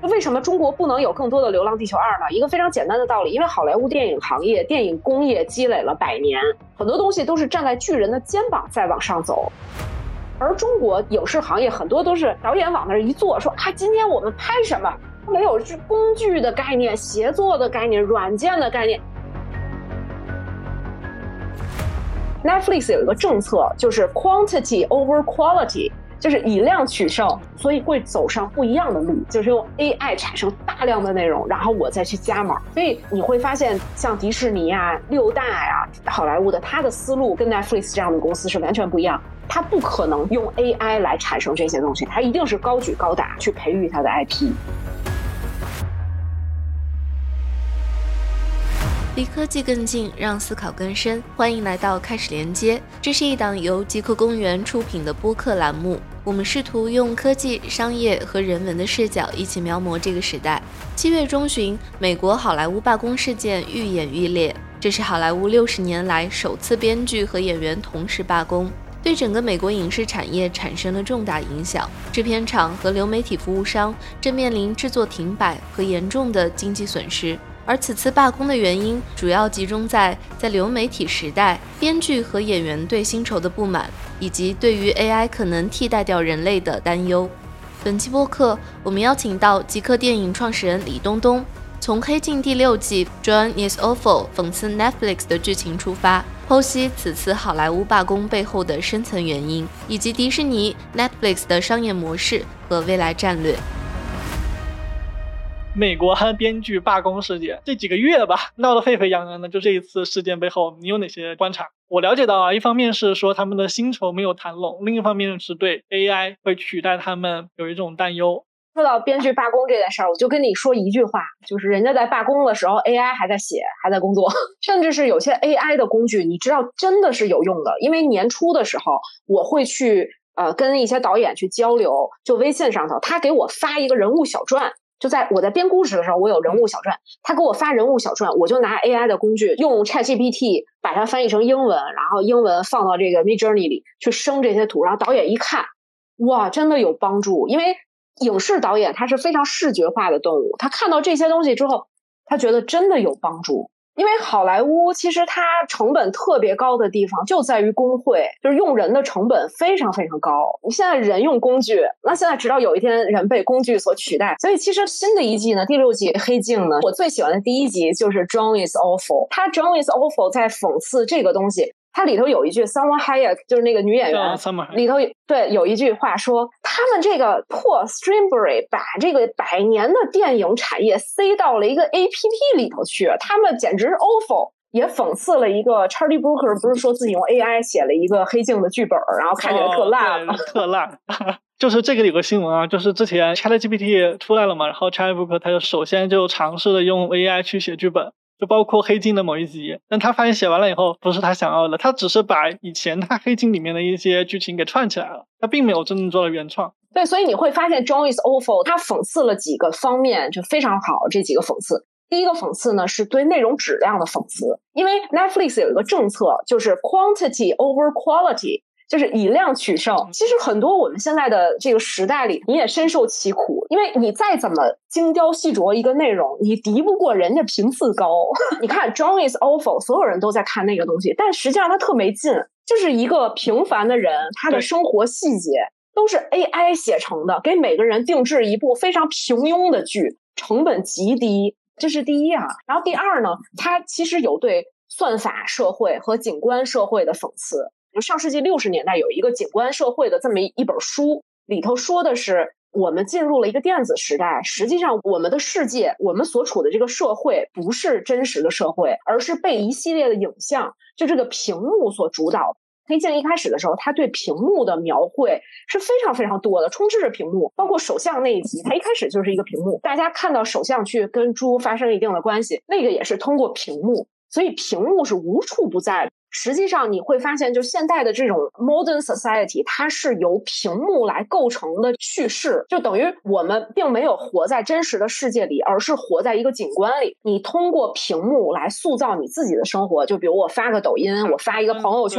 为什么中国不能有更多的《流浪地球2》呢？一个非常简单的道理，因为好莱坞电影行业、电影工业积累了100年，很多东西都是站在巨人的肩膀在往上走。而中国影视行业很多都是导演往那儿一坐，说啊，今天我们拍什么？没有是工具的概念、协作的概念、软件的概念。Netflix 有一个政策，就是 quantity over quality， 就是以量取胜，所以会走上不一样的路，就是用 AI 产生大量的内容，然后我再去加码。所以你会发现，像迪士尼啊、六大呀、好莱坞的，它的思路跟 Netflix 这样的公司是完全不一样。它不可能用 AI 来产生这些东西，它一定是高举高打去培育它的 IP。 离科技更近，让思考更深。欢迎来到开始连接，这是一档由极客公园出品的播客栏目。我们试图用科技、商业和人文的视角一起描摹这个时代。7月中旬，美国好莱坞罢工事件愈演愈烈，这是好莱坞60年来首次编剧和演员同时罢工，对整个美国影视产业产生了重大影响。制片厂和流媒体服务商正面临制作停摆和严重的经济损失。而此次罢工的原因主要集中在流媒体时代，编剧和演员对薪酬的不满，以及对于 AI 可能替代掉人类的担忧。本期播客，我们邀请到极客电影创始人李东东，从《黑镜》第6季 John is Awful 讽刺 Netflix 的剧情出发，剖析此次好莱坞罢工背后的深层原因，以及迪士尼 Netflix 的商业模式和未来战略。 美国编剧罢工事件这几个月吧，闹得沸沸扬扬的。就这一次事件背后，你有哪些观察？我了解到啊，一方面是说他们的薪酬没有谈拢，另一方面是对 AI 会取代他们有一种担忧。 说到编剧罢工这件事儿，我就跟你说一句话，就是人家在罢工的时候 AI 还在写，还在工作，甚至是有些 AI 的工具你知道真的是有用的。因为年初的时候我会去跟一些导演去交流，就微信上头他给我发一个人物小传，就在我在编故事的时候我有人物小传，他给我发人物小传，我就拿 AI 的工具用 ChatGPT 把它翻译成英文，然后英文放到这个 Midjourney 里去生这些图，然后导演一看，哇，真的有帮助。因为影视导演他是非常视觉化的动物，他看到这些东西之后他觉得真的有帮助。因为好莱坞其实它成本特别高的地方就在于工会，就是用人的成本非常非常高。你现在人用工具，那现在直到有一天人被工具所取代。所以其实新的一季呢，第6季黑镜呢，我最喜欢的第1集就是 John is Awful。 他 John is Awful 在讽刺这个东西，它里头有一句 Salma Hayek 就是那个女演员里头对有一句话说，他们这个破 Streamberry 把这个100年的电影产业塞到了一个 APP 里头去，他们简直是 awful。 也讽刺了一个 Charlie Brooker 不是说自己用 AI 写了一个黑镜的剧本，然后看起来特烂吗？ 特烂就是这个有个新闻啊，就是之前 ChatGPT 出来了嘛，然后 Charlie Brooker 他就首先就尝试了用 AI 去写剧本，就包括黑镜的某一集，但他发现写完了以后不是他想要的，他只是把以前他黑镜里面的一些剧情给串起来了，他并没有真正做了原创。 对，所以你会发现 John is Awful 他讽刺了几个方面就非常好。这几个讽刺，第一个讽刺呢是对内容质量的讽刺，因为 Netflix 有一个政策就是 quantity over quality，就是以量取胜。其实很多我们现在的这个时代里你也深受其苦，因为你再怎么精雕细琢一个内容，你敌不过人家频次高你看 John is Awful 所有人都在看那个东西，但实际上他特没劲，就是一个平凡的人，他的生活细节都是 AI 写成的，给每个人定制一部非常平庸的剧，成本极低，这是第一啊。然后第二呢，它其实有对算法社会和景观社会的讽刺。上世纪60年代有一个景观社会的这么一本书，里头说的是我们进入了一个电子时代，实际上我们的世界，我们所处的这个社会不是真实的社会，而是被一系列的影像，就这个屏幕所主导。黑镜一开始的时候，他对屏幕的描绘是非常非常多的，充斥着屏幕，包括首相那一集，他一开始就是一个屏幕，大家看到首相去跟猪发生一定的关系，那个也是通过屏幕，所以屏幕是无处不在的。实际上你会发现，就现代的这种 modern society 它是由屏幕来构成的叙事，就等于我们并没有活在真实的世界里，而是活在一个景观里，你通过屏幕来塑造你自己的生活。就比如我发个抖音，我发一个朋友圈，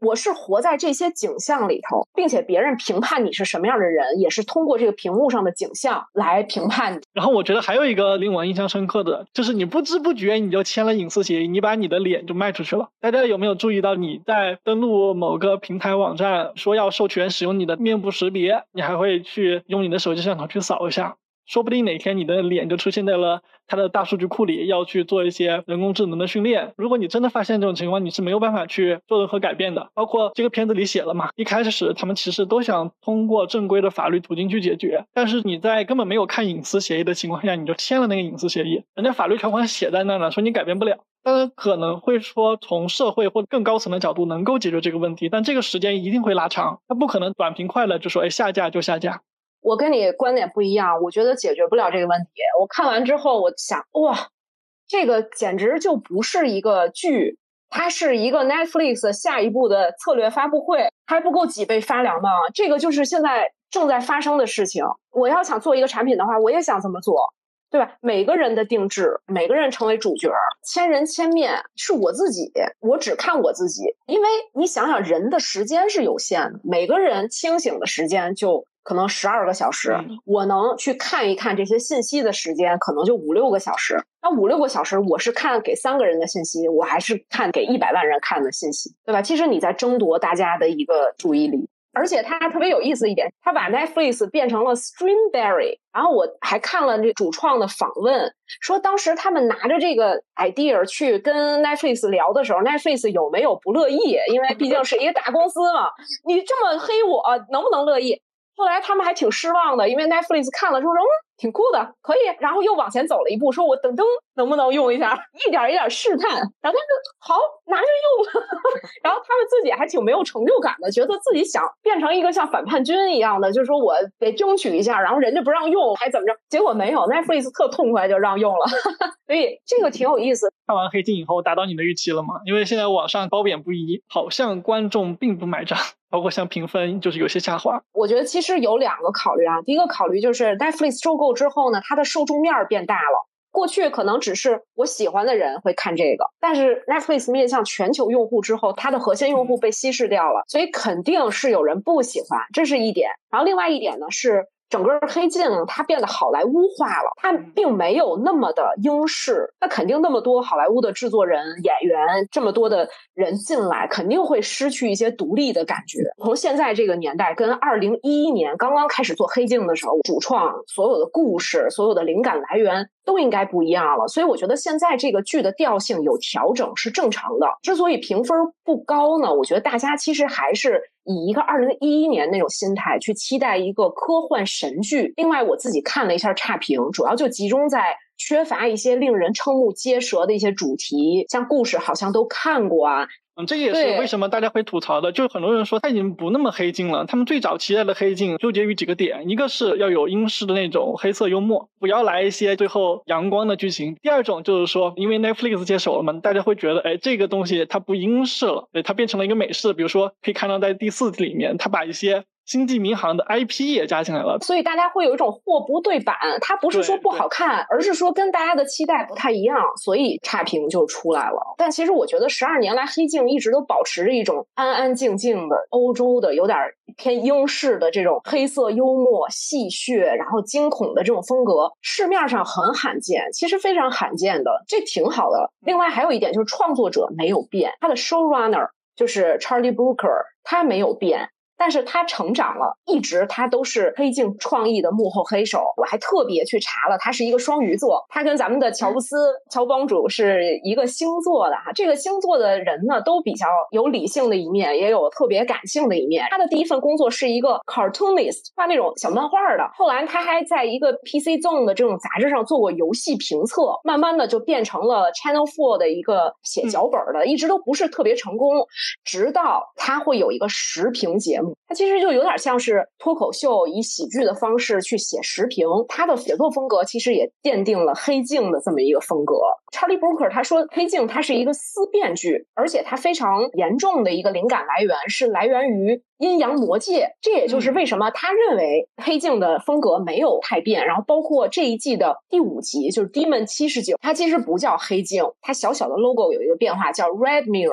我是活在这些景象里头，并且别人评判你是什么样的人，也是通过这个屏幕上的景象来评判你。 然后我觉得还有一个令我印象深刻的，就是你不知不觉你就签了隐私协议，你把你的脸就卖出去了。大家有没有注意到，你在登录某个平台网站说要授权使用你的面部识别，你还会去用你的手机摄像头去扫一下，说不定哪天你的脸就出现在了它的大数据库里，要去做一些人工智能的训练。如果你真的发现这种情况，你是没有办法去做任何改变的。包括这个片子里写了嘛，一开始他们其实都想通过正规的法律途径去解决，但是你在根本没有看隐私协议的情况下，你就签了那个隐私协议，人家法律条款写在那了，说你改变不了。当然可能会说从社会或更高层的角度能够解决这个问题，但这个时间一定会拉长，它不可能短平快了就说下架就下架。 我跟你观点不一样，我觉得解决不了这个问题。我看完之后，我想，哇，这个简直就不是一个剧，它是一个 Netflix 下一步的策略发布会，还不够几倍发粮吗？这个就是现在正在发生的事情。我要想做一个产品的话，我也想这么做，对吧？每个人的定制，每个人成为主角，千人千面，是我自己，我只看我自己。因为你想想，人的时间是有限的，每个人清醒的时间就可能12个小时，我能去看一看这些信息的时间可能就5、6个小时。那5、6个小时，我是看给3个人的信息，我还是看给100万人看的信息，对吧？其实你在争夺大家的一个注意力。而且它特别有意思一点，它把 Netflix 变成了 Streamberry。然后我还看了这主创的访问，说当时他们拿着这个 idea 去跟 Netflix 聊的时候， Netflix 有没有不乐意？因为毕竟是一个大公司嘛，你这么黑我，能不能乐意？后来他们还挺失望的，因为 Netflix 看了之后说挺酷的，可以，然后又往前走了一步，说我等能不能用一下，一点一点试探，然后他就好拿着用然后他们自己还挺没有成就感的，觉得自己想变成一个像反叛军一样的，就是说我得争取一下，然后人家不让用还怎么着，结果没有， Netflix 特痛快就让用了所以这个挺有意思。 看完黑镜以后达到你的预期了吗？因为现在网上褒贬不一，好像观众并不买账，包括像评分就是有些下滑。 我觉得其实有2个考虑啊，第一个考虑就是 Netflix 收购之后呢，它的受众面变大了。过去可能只是我喜欢的人会看这个，但是 Netflix 面向全球用户之后，它的核心用户被稀释掉了，所以肯定是有人不喜欢，这是一点。然后另外一点呢是整个黑镜它变得好莱坞化了，它并没有那么的英式，那肯定那么多好莱坞的制作人演员，这么多的人进来，肯定会失去一些独立的感觉。从现在这个年代跟2011年刚刚开始做黑镜的时候，主创所有的故事，所有的灵感来源都应该不一样了，所以我觉得现在这个剧的调性有调整是正常的。之所以评分不高呢，我觉得大家其实还是以一个2011年那种心态去期待一个科幻神剧。另外我自己看了一下差评，主要就集中在缺乏一些令人瞠目结舌的一些主题，像故事好像都看过啊。 这也是为什么大家会吐槽的，就是很多人说他已经不那么黑镜了。他们最早期待的黑镜纠结于几个点，一个是要有英式的那种黑色幽默，不要来一些最后阳光的剧情。第二种就是说，因为 Netflix 接手了嘛，大家会觉得这个东西它不英式了，它变成了一个美式。比如说可以看到在第4季里面，它把一些星际迷航的 IP 也加进来了， 所以大家会有一种货不对版，它不是说不好看，而是说跟大家的期待不太一样，所以差评就出来了。但其实我觉得12年来黑镜一直都保持着一种安安静静的欧洲的有点偏英式的这种黑色幽默戏谑然后惊恐的这种风格，市面上很罕见，其实非常罕见的，这挺好的。另外还有一点就是创作者没有变，他的 showrunner 就是 Charlie Brooker 他没有变，但是他成长了，一直他都是黑镜创意的幕后黑手。我还特别去查了，他是一个双鱼座，他跟咱们的乔布斯乔帮主是一个星座的哈。这个星座的人呢，都比较有理性的一面，也有特别感性的一面。他的第一份工作是一个 cartoonist， 画那种小漫画的，后来他还在一个 PC Zone 的这种杂志上做过游戏评测，慢慢的就变成了 Channel 4的一个写脚本的，一直都不是特别成功，直到他会有一个时评节目。它其实就有点像是脱口秀，以喜剧的方式去写时评，他的写作风格其实也奠定了黑镜的这么一个风格。Charlie Brooker 他说黑镜它是一个思辨剧，而且它非常严重的一个灵感来源是来源于阴阳魔界，这也就是为什么他认为黑镜的风格没有太变。然后包括这一季的第5集就是 Demon 79，它其实不叫黑镜，它小小的 logo 有一个变化叫 Red Mirror，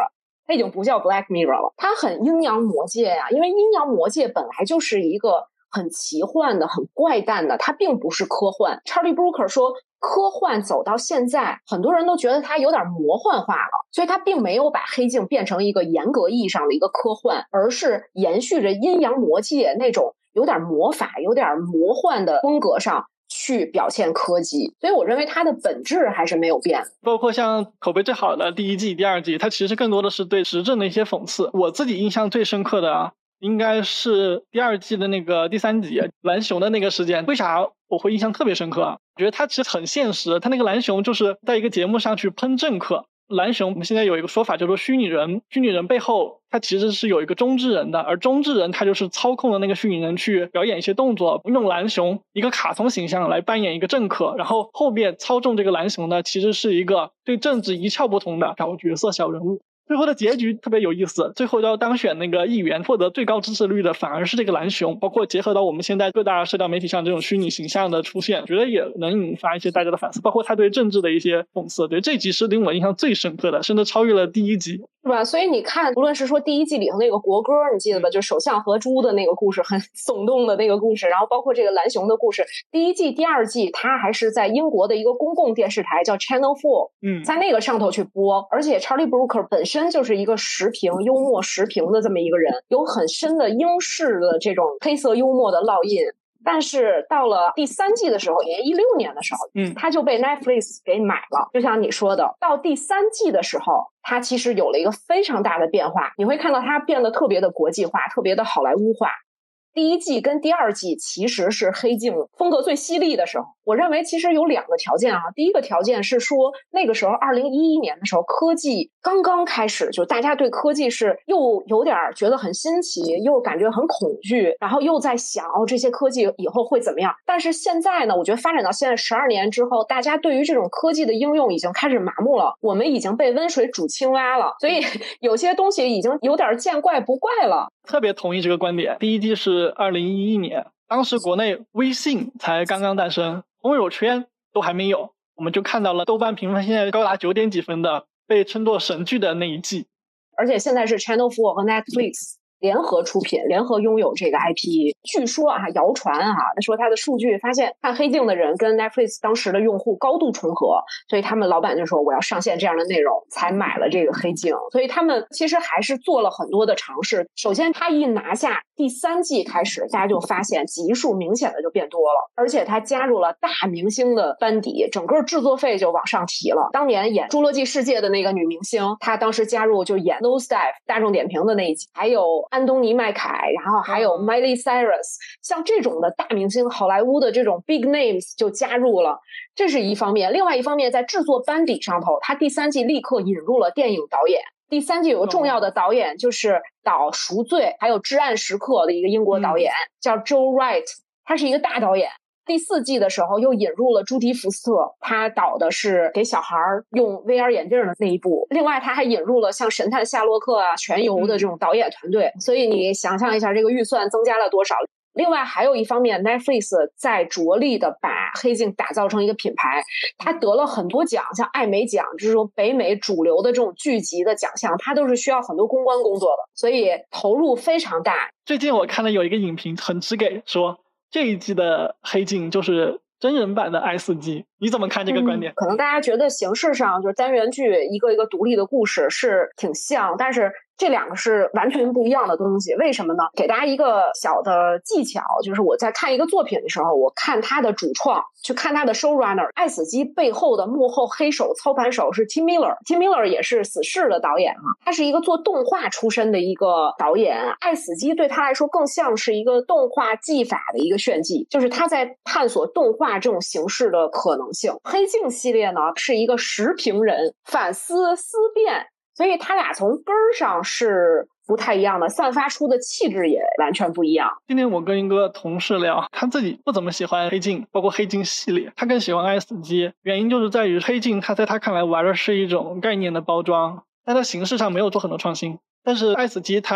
它已经不叫 Black Mirror 了，它很阴阳魔界呀，因为阴阳魔界本来就是一个很奇幻的、很怪诞的，它并不是科幻。Charlie Brooker 说，科幻走到现在，很多人都觉得它有点魔幻化了，所以它并没有把黑镜变成一个严格意义上的一个科幻，而是延续着阴阳魔界那种有点魔法、有点魔幻的风格上去表现科技，所以我认为它的本质还是没有变。 包括像口碑最好的第1季、第2季，它其实更多的是对时政的一些讽刺。我自己印象最深刻的应该是第2季的那个第3集蓝熊的那个事件。为啥我会印象特别深刻我觉得它其实很现实，它那个蓝熊就是在一个节目上去喷政客。蓝熊我们现在有一个说法叫做虚拟人，虚拟人背后它其实是有一个中之人的，而中之人他就是操控了那个虚拟人去表演一些动作，用蓝熊一个卡通形象来扮演一个政客，然后后面操纵这个蓝熊呢，其实是一个对政治一窍不通的小角色、小人物。最后的结局特别有意思，最后要当选那个议员获得最高支持率的反而是这个蓝熊，包括结合到我们现在各大社交媒体上这种虚拟形象的出现，觉得也能引发一些大家的反思，包括他对政治的一些讽刺。对，这集是令我印象最深刻的，甚至超越了第1集， 是吧？所以你看，无论是说第1季里头那个国歌，你记得吧？就首相和猪的那个故事，很耸动的那个故事，然后包括这个蓝熊的故事，第1季、第2季，它还是在英国的一个公共电视台叫 Channel 4，在那个上头去播，而且 Charlie Brooker 本身就是一个幽默时评的这么一个人，有很深的英式的这种黑色幽默的烙印。但是到了第3季的时候，也16年的时候，他就被 Netflix 给买了。就像你说的，到第3季的时候，他其实有了一个非常大的变化，你会看到他变得特别的国际化，特别的好莱坞化。第1季跟第2季其实是黑镜风格最犀利的时候。我认为其实有2个条件第一个条件是说，那个时候2011年的时候，科技刚刚开始，就大家对科技是又有点觉得很新奇，又感觉很恐惧，然后又在想这些科技以后会怎么样。但是现在呢，我觉得发展到现在12年之后，大家对于这种科技的应用已经开始麻木了，我们已经被温水煮青蛙了，所以有些东西已经有点见怪不怪了。 特别同意这个观点。第1季是2011年，当时国内微信才刚刚诞生，朋友圈都还没有，我们就看到了豆瓣评分现在高达9点几分的被称作神剧的那一季。 而且现在是 Channel 4和 Netflix联合出品，联合拥有这个 IP。 据说谣传说他的数据发现看黑镜的人跟 Netflix 当时的用户高度重合，所以他们老板就说我要上线这样的内容，才买了这个黑镜。所以他们其实还是做了很多的尝试。首先他一拿下第3季开始，大家就发现集数明显的就变多了，而且他加入了大明星的班底，整个制作费就往上提了。当年演《侏罗纪世界》的那个女明星，她当时加入就演 Nosedive 大众点评的那一集，还有安东尼麦凯，然后还有 Miley Cyrus， 像这种的大明星，好莱坞的这种 big names 就加入了，这是一方面。另外一方面，在制作班底上头，他第3季立刻引入了电影导演。第3季有个重要的导演，就是导《赎罪》还有《至暗时刻》的一个英国导演，叫 Joe Wright， 他是一个大导演。第4季的时候又引入了朱迪福斯特，他导的是给小孩用 VR 眼镜的那一部。另外他还引入了像神探夏洛克全游的这种导演团队。所以你想象一下这个预算增加了多少。另外还有一方面， Netflix 在着力的把黑镜打造成一个品牌，它得了很多奖，像艾美奖，就是说北美主流的这种剧集的奖项，它都是需要很多公关工作的，所以投入非常大。 最近我看了有一个影评很直给，说这一季的黑镜就是真人版的爱死机，你怎么看这个观点？ 可能大家觉得形式上就是单元剧一个一个独立的故事是挺像，但是这2个是完全不一样的东西。为什么呢？给大家一个小的技巧，就是我在看一个作品的时候，我看它的主创，去看它的 showrunner， 爱死机背后的幕后黑手操盘手是 Tim Miller。Tim Miller 也是死侍的导演他是一个做动画出身的一个导演。爱死机对他来说更像是一个动画技法的一个炫技，就是他在探索动画这种形式的可能性。黑镜系列呢是一个时评人反思思辨，所以他俩从根儿上是不太一样的，散发出的气质也完全不一样。 今天我跟一个同事聊，他自己不怎么喜欢黑镜，包括黑镜系列，他更喜欢爱死机。原因就是在于黑镜他在他看来玩的是一种概念的包装，但它形式上没有做很多创新。但是爱死机它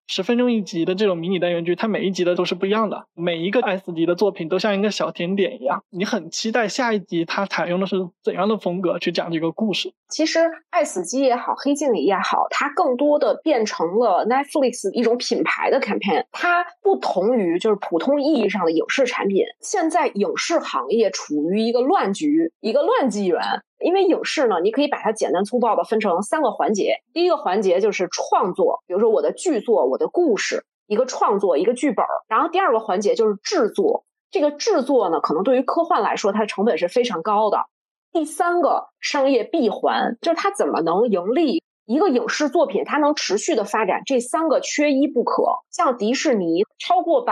10分钟一集的这种迷你单元剧，它每一集的都是不一样的，每一个爱死机的作品都像一个小甜点一样，你很期待下一集它采用的是怎样的风格去讲这个故事。 其实爱死机也好，黑镜也好，它更多的变成了 Netflix 一种品牌的 campaign， 它不同于就是普通意义上的影视产品。现在影视行业处于一个乱局，一个乱纪元。因为影视呢，你可以把它简单粗暴的分成3个环节。第一个环节就是创作，比如说我的剧作、我的故事，一个创作，一个剧本。然后第2个环节就是制作，这个制作呢，可能对于科幻来说，它的成本是非常高的。第3个商业闭环，就是它怎么能盈利，一个影视作品它能持续的发展，这3个缺一不可。像迪士尼超过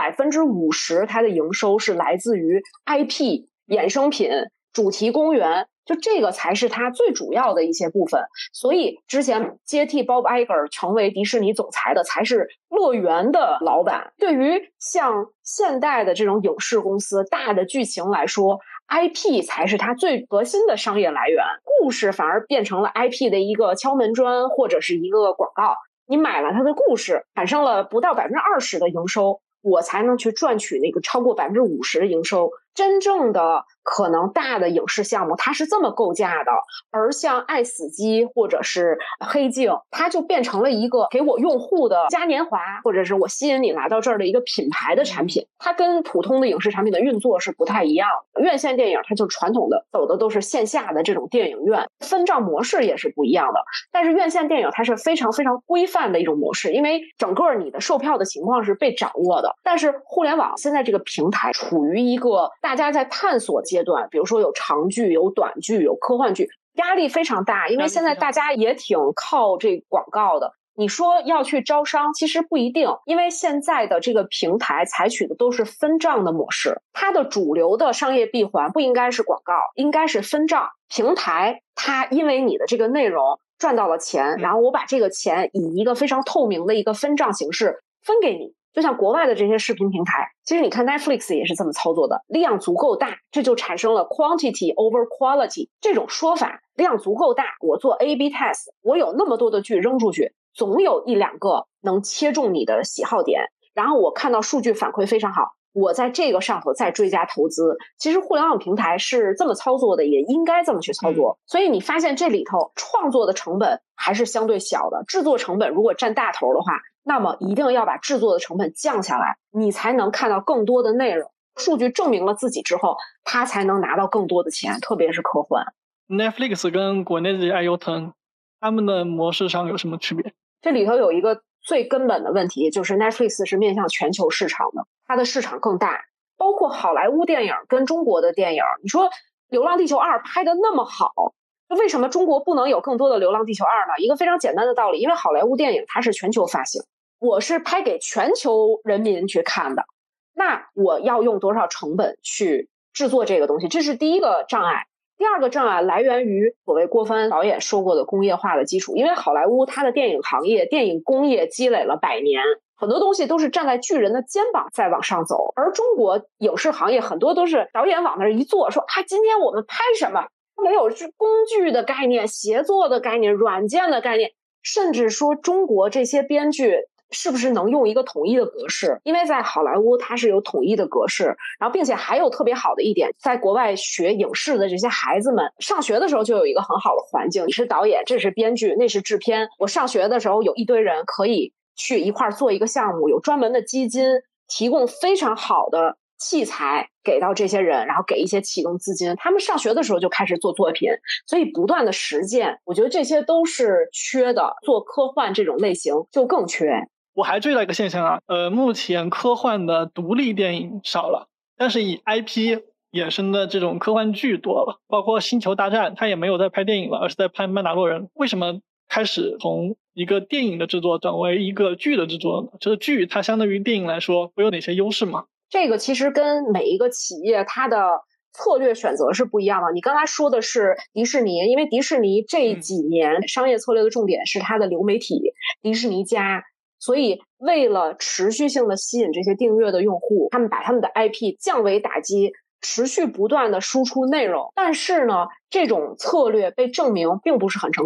50%它的营收是来自于 IP 衍生品、主题公园，就这个才是它最主要的一些部分。所以之前接替 Bob Iger 成为迪士尼总裁的才是乐园的老板。对于像现代的这种影视公司大的剧情来说， IP 才是它最核心的商业来源，故事反而变成了 IP 的一个敲门砖或者是一个广告。你买了它的故事，产生了不到20%的营收，我才能去赚取那个超过50%的营收。真正的可能大的影视项目它是这么构架的，而像爱死机或者是黑镜，它就变成了一个给我用户的嘉年华，或者是我吸引你来到这儿的一个品牌的产品。它跟普通的影视产品的运作是不太一样的。院线电影它就传统的走的都是线下的这种电影院，分账模式也是不一样的。但是院线电影它是非常非常规范的一种模式，因为整个你的售票的情况是被掌握的。但是互联网现在这个平台处于一个大家在探索阶段，比如说有长剧、有短剧、有科幻剧，压力非常大，因为现在大家也挺靠这广告的。你说要去招商，其实不一定，因为现在的这个平台采取的都是分账的模式，它的主流的商业闭环不应该是广告，应该是分账。平台它因为你的这个内容赚到了钱，然后我把这个钱以一个非常透明的一个分账形式分给你。就像国外的这些视频平台，其实你看 Netflix 也是这么操作的，量足够大，这就产生了 quantity over quality 这种说法。量足够大，我做 A/B test， 我有那么多的剧扔出去，总有1-2个能切中你的喜好点，然后我看到数据反馈非常好，我在这个上头再追加投资。其实互联网平台是这么操作的，也应该这么去操作。所以你发现这里头创作的成本还是相对小的，制作成本如果占大头的话，那么一定要把制作的成本降下来，你才能看到更多的内容。数据证明了自己之后，他才能拿到更多的钱，特别是科幻。 Netflix 跟国内的爱优腾他们的模式上有什么区别？这里头有一个最根本的问题，就是 Netflix 是面向全球市场的，它的市场更大，包括好莱坞电影跟中国的电影。你说《流浪地球2》拍的那么好，为什么中国不能有更多的《流浪地球2》呢？一个非常简单的道理，因为好莱坞电影它是全球发行，我是拍给全球人民去看的，那我要用多少成本去制作这个东西，这是第一个障碍。第二个障碍来源于所谓郭帆导演说过的工业化的基础，因为好莱坞它的电影行业、电影工业积累了100年，很多东西都是站在巨人的肩膀在往上走，而中国影视行业很多都是导演往那儿一坐，说今天我们拍什么，没有工具的概念、协作的概念、软件的概念，甚至说中国这些编剧是不是能用一个统一的格式？因为在好莱坞它是有统一的格式，然后并且还有特别好的一点，在国外学影视的这些孩子们上学的时候就有一个很好的环境，你是导演，这是编剧，那是制片。我上学的时候有一堆人可以去一块做一个项目，有专门的基金提供非常好的器材给到这些人，然后给一些启动资金，他们上学的时候就开始做作品，所以不断的实践，我觉得这些都是缺的。做科幻这种类型就更缺。 我还注意到一个现象目前科幻的独立电影少了，但是以 IP 衍生的这种科幻剧多了，包括星球大战它也没有在拍电影了，而是在拍曼达洛人。为什么开始从一个电影的制作转为一个剧的制作呢？就是剧它相对于电影来说会有哪些优势吗？ 这个其实跟每一个企业它的策略选择是不一样的。你刚才说的是迪士尼，因为迪士尼这几年商业策略的重点是它的流媒体迪士尼家，所以为了持续性的吸引这些订阅的用户，他们把他们的 IP 降维打击，持续不断的输出内容。但是呢，这种策略被证明并不是很成功。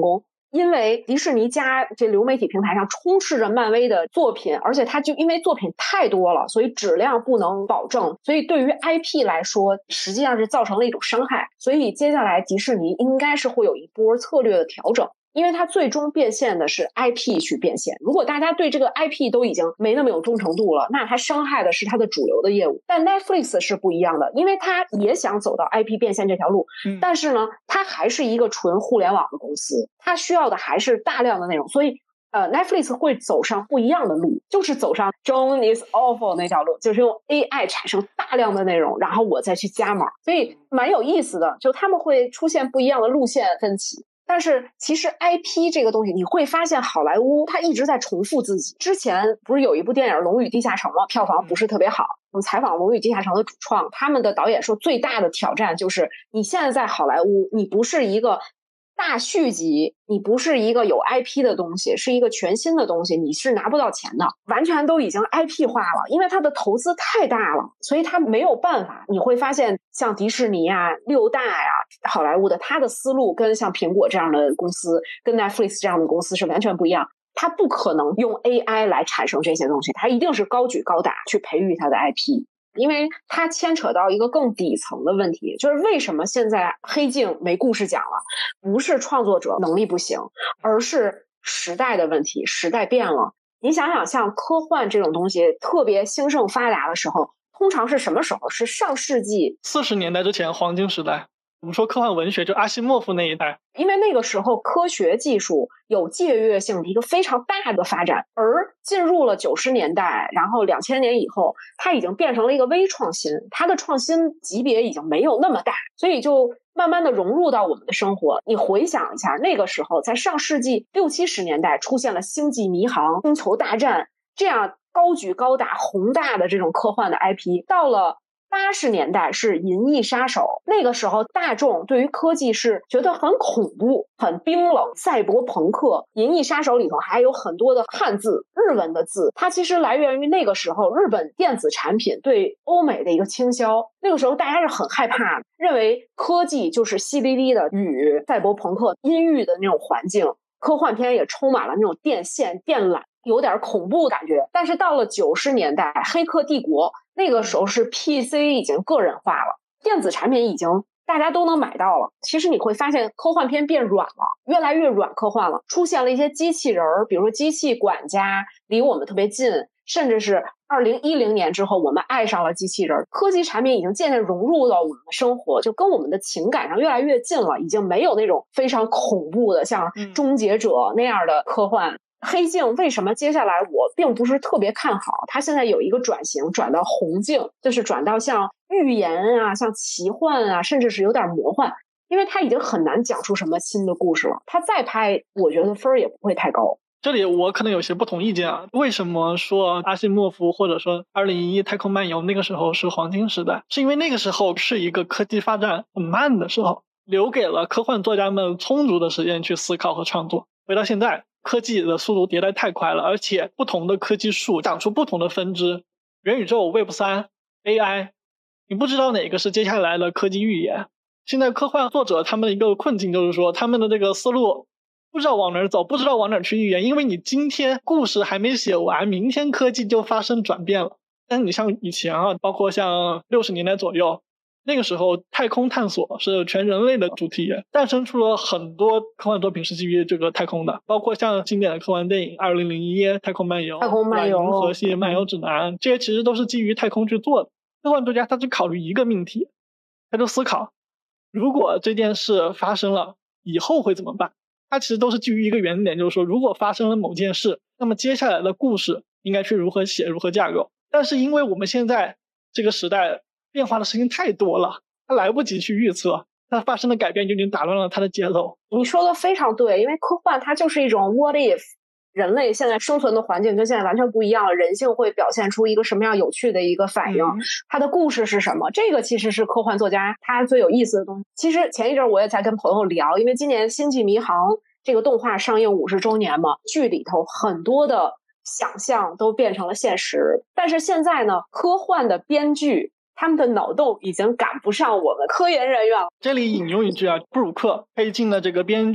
因为迪士尼家这流媒体平台上充斥着漫威的作品，而且它就因为作品太多了，所以质量不能保证，所以对于 IP 来说实际上是造成了一种伤害。所以接下来迪士尼应该是会有一波策略的调整，因为它最终变现的是 IP 去变现。如果大家对这个 IP 都已经没那么有忠诚度了，那它伤害的是它的主流的业务。但 Netflix 是不一样的，因为它也想走到 IP 变现这条路，但是呢，它还是一个纯互联网的公司，它需要的还是大量的内容，所以Netflix 会走上不一样的路，就是走上 John is awful 那条路，就是用 AI 产生大量的内容，然后我再去加码，所以蛮有意思的，就他们会出现不一样的路线分歧。但是其实 IP 这个东西，你会发现好莱坞它一直在重复自己。之前不是有一部电影《龙与地下城》吗？票房不是特别好。我们采访《龙与地下城》的主创，他们的导演说最大的挑战就是你现在在好莱坞，你不是一个大续集，你不是一个有 IP 的东西，是一个全新的东西，你是拿不到钱的，完全都已经 IP 化了，因为它的投资太大了，所以它没有办法。你会发现像迪士尼啊、六大呀、好莱坞的，它的思路跟像苹果这样的公司，跟 Netflix 这样的公司是完全不一样。它不可能用 AI 来产生这些东西，它一定是高举高打去培育它的 IP。因为它牵扯到一个更底层的问题，就是为什么现在黑镜没故事讲了，不是创作者能力不行，而是时代的问题，时代变了。你想想，像科幻这种东西特别兴盛发达的时候，通常是什么时候？是上世纪 40年代之前，黄金时代。我们说科幻文学就阿西莫夫那一代， 因为那个时候科学技术有借阅性的一个非常大的发展，而进入了90年代，然后2000年以后，它已经变成了一个微创新，它的创新级别已经没有那么大，所以就慢慢的融入到我们的生活。你回想一下，那个时候在上世纪60、70年代出现了星际迷航、星球大战这样高举高打宏大的这种科幻的 IP， 到了80年代是银翼杀手，那个时候大众对于科技是觉得很恐怖、很冰冷，赛博朋克。银翼杀手里头还有很多的汉字、日文的字，它其实来源于那个时候日本电子产品对欧美的一个倾销。那个时候大家是很害怕，认为科技就是淅沥沥的雨、赛博朋克、阴郁的那种环境，科幻片也充满了那种电线、电缆，有点恐怖感觉。但是到了90年代，黑客帝国那个时候是 PC 已经个人化了，电子产品已经大家都能买到了。其实你会发现科幻片变软了，越来越软科幻了，出现了一些机器人，比如说机器管家离我们特别近，甚至是2010年之后我们爱上了机器人。科技产品已经渐渐融入到我们的生活，就跟我们的情感上越来越近了，已经没有那种非常恐怖的像终结者那样的科幻。黑镜为什么接下来我并不是特别看好，它现在有一个转型，转到红镜，就是转到像预言啊、像奇幻啊，甚至是有点魔幻，因为它已经很难讲出什么新的故事了，它再拍我觉得分儿也不会太高。 这里我可能有些不同意见啊。为什么说阿西莫夫或者说2001太空漫游那个时候是黄金时代？是因为那个时候是一个科技发展很慢的时候，留给了科幻作家们充足的时间去思考和创作。回到现在，科技的速度迭代太快了，而且不同的科技树长出不同的分支，元宇宙、Web3、AI， 你不知道哪个是接下来的科技预言。现在科幻作者他们的一个困境就是说，他们的这个思路不知道往哪儿走，不知道往哪儿去预言，因为你今天故事还没写完，明天科技就发生转变了。但是你像以前啊，包括像60年代左右，那个时候太空探索是全人类的主题，诞生出了很多科幻作品是基于这个太空的，包括像经典的科幻电影2001太空漫游、蓝银河系漫游指南，这些其实都是基于太空去做的。科幻作家他只考虑一个命题，他就思考如果这件事发生了以后会怎么办。它其实都是基于一个原点，就是说如果发生了某件事，那么接下来的故事应该去如何写、如何架构。但是因为我们现在这个时代变化的事情太多了，它来不及去预测，它发生的改变就已经打乱了它的节奏。 你说的非常对，因为科幻它就是一种 what if， 人类现在生存的环境跟现在完全不一样了，人性会表现出一个什么样有趣的一个反应，它的故事是什么，这个其实是科幻作家他最有意思的东西。其实前一阵我也在跟朋友聊，因为今年星际迷航这个动画上映50周年嘛，剧里头很多的想象都变成了现实，但是现在呢，科幻的编剧他们的脑洞已经赶不上我们科研人员了。 这里引用一句啊，布鲁克黑镜的这个编剧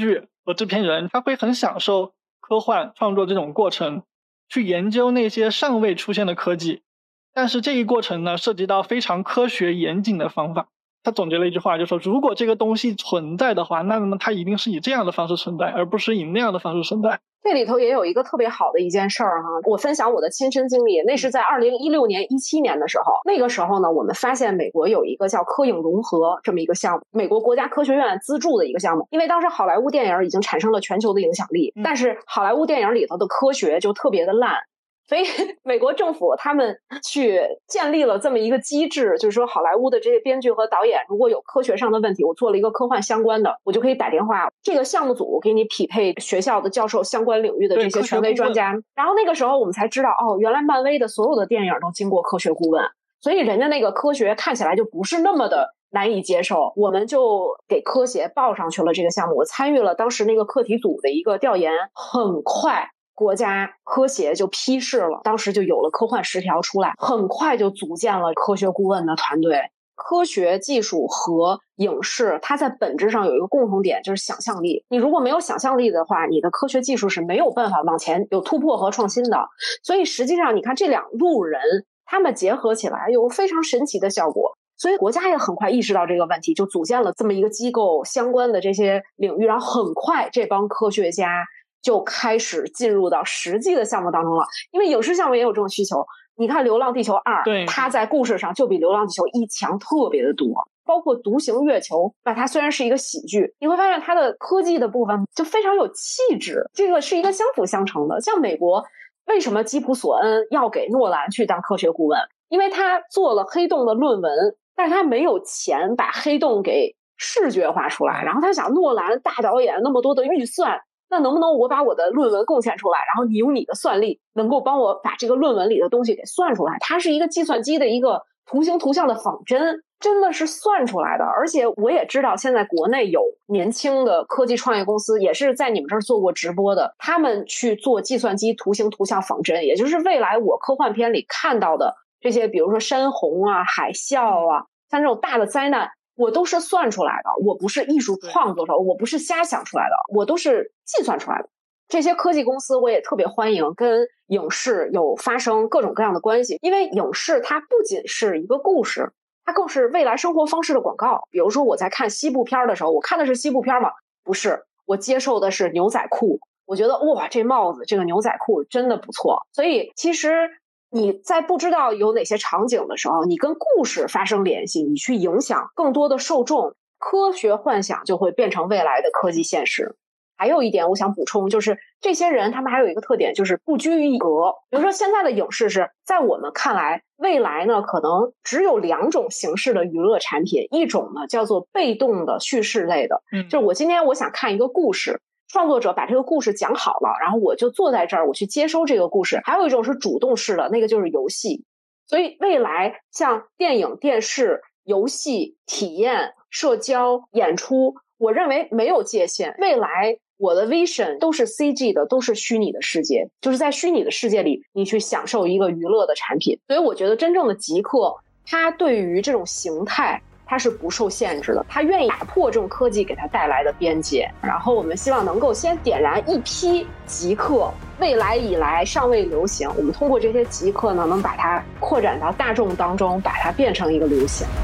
和制片人他会很享受科幻创作这种过程，去研究那些尚未出现的科技，但是这一过程呢，涉及到非常科学严谨的方法。他总结了一句话，就说如果这个东西存在的话，那么它一定是以这样的方式存在，而不是以那样的方式存在。 这里头也有一个特别好的一件事儿哈，我分享我的亲身经历，那是在2016年、17年的时候。那个时候呢，我们发现美国有一个叫科影融合这么一个项目，美国国家科学院资助的一个项目。因为当时好莱坞电影已经产生了全球的影响力，但是好莱坞电影里头的科学就特别的烂。所以美国政府他们去建立了这么一个机制，就是说好莱坞的这些编剧和导演如果有科学上的问题，我做了一个科幻相关的，我就可以打电话，这个项目组给你匹配学校的教授相关领域的这些权威专家。然后那个时候我们才知道，哦，原来漫威的所有的电影都经过科学顾问，所以人家那个科学看起来就不是那么的难以接受，我们就给科协报上去了这个项目。我参与了当时那个课题组的一个调研，很快国家科协就批示了，当时就有了科幻10条出来，很快就组建了科学顾问的团队。科学技术和影视它在本质上有一个共同点，就是想象力。你如果没有想象力的话，你的科学技术是没有办法往前有突破和创新的。所以实际上你看这两路人他们结合起来有非常神奇的效果，所以国家也很快意识到这个问题，就组建了这么一个机构，相关的这些领域，然后很快这帮科学家就开始进入到实际的项目当中了。因为影视项目也有这种需求，你看《流浪地球2》，它在故事上就比《流浪地球1》强特别的多。包括《独行月球》，那它虽然是一个喜剧，你会发现它的科技的部分就非常有气质，这个是一个相辅相成的。像美国为什么基普索恩要给诺兰去当科学顾问？因为他做了黑洞的论文，但是他没有钱把黑洞给视觉化出来。然后他想，诺兰大导演那么多的预算，那能不能我把我的论文贡献出来，然后你用你的算力能够帮我把这个论文里的东西给算出来？它是一个计算机的一个图形图像的仿真，真的是算出来的。而且我也知道现在国内有年轻的科技创业公司也是在你们这儿做过直播的，他们去做计算机图形图像仿真，也就是未来我科幻片里看到的这些，比如说山洪啊、海啸啊，像这种大的灾难，我都是算出来的，我不是艺术创作者，我不是瞎想出来的，我都是计算出来的。这些科技公司我也特别欢迎跟影视有发生各种各样的关系，因为影视它不仅是一个故事，它更是未来生活方式的广告。比如说我在看西部片的时候，我看的是西部片吗？不是，我接受的是牛仔裤，我觉得哇，这帽子这个牛仔裤真的不错。所以其实你在不知道有哪些场景的时候，你跟故事发生联系，你去影响更多的受众，科学幻想就会变成未来的科技现实。还有一点我想补充，就是这些人他们还有一个特点，就是不拘于一格。比如说现在的影视是在我们看来，未来呢可能只有2种形式的娱乐产品，一种呢叫做被动的叙事类的，就是我今天我想看一个故事，创作者把这个故事讲好了，然后我就坐在这儿，我去接收这个故事。还有一种是主动式的，那个就是游戏。所以未来像电影、电视、游戏、体验、社交、演出，我认为没有界限。未来我的 vision 都是 CG 的，都是虚拟的世界，就是在虚拟的世界里你去享受一个娱乐的产品。所以我觉得真正的极客，它对于这种形态它是不受限制的，它愿意打破这种科技给它带来的边界。然后我们希望能够先点燃一批极客，未来以来尚未流行，我们通过这些极客呢，能把它扩展到大众当中，把它变成一个流行。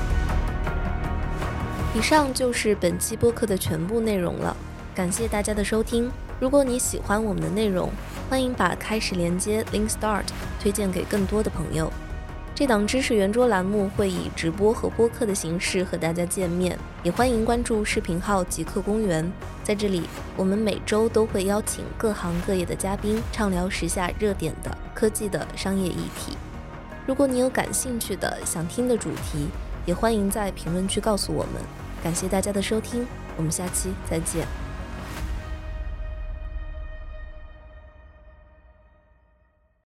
以上就是本期播客的全部内容了，感谢大家的收听。如果你喜欢我们的内容，欢迎把开始连接 Link Start 推荐给更多的朋友。这档知识圆桌栏目会以直播和播客的形式和大家见面，也欢迎关注视频号极客公园。在这里，我们每周都会邀请各行各业的嘉宾，畅聊时下热点的科技的商业议题。如果你有感兴趣的想听的主题，也欢迎在评论区告诉我们。感谢大家的收听，我们下期再见。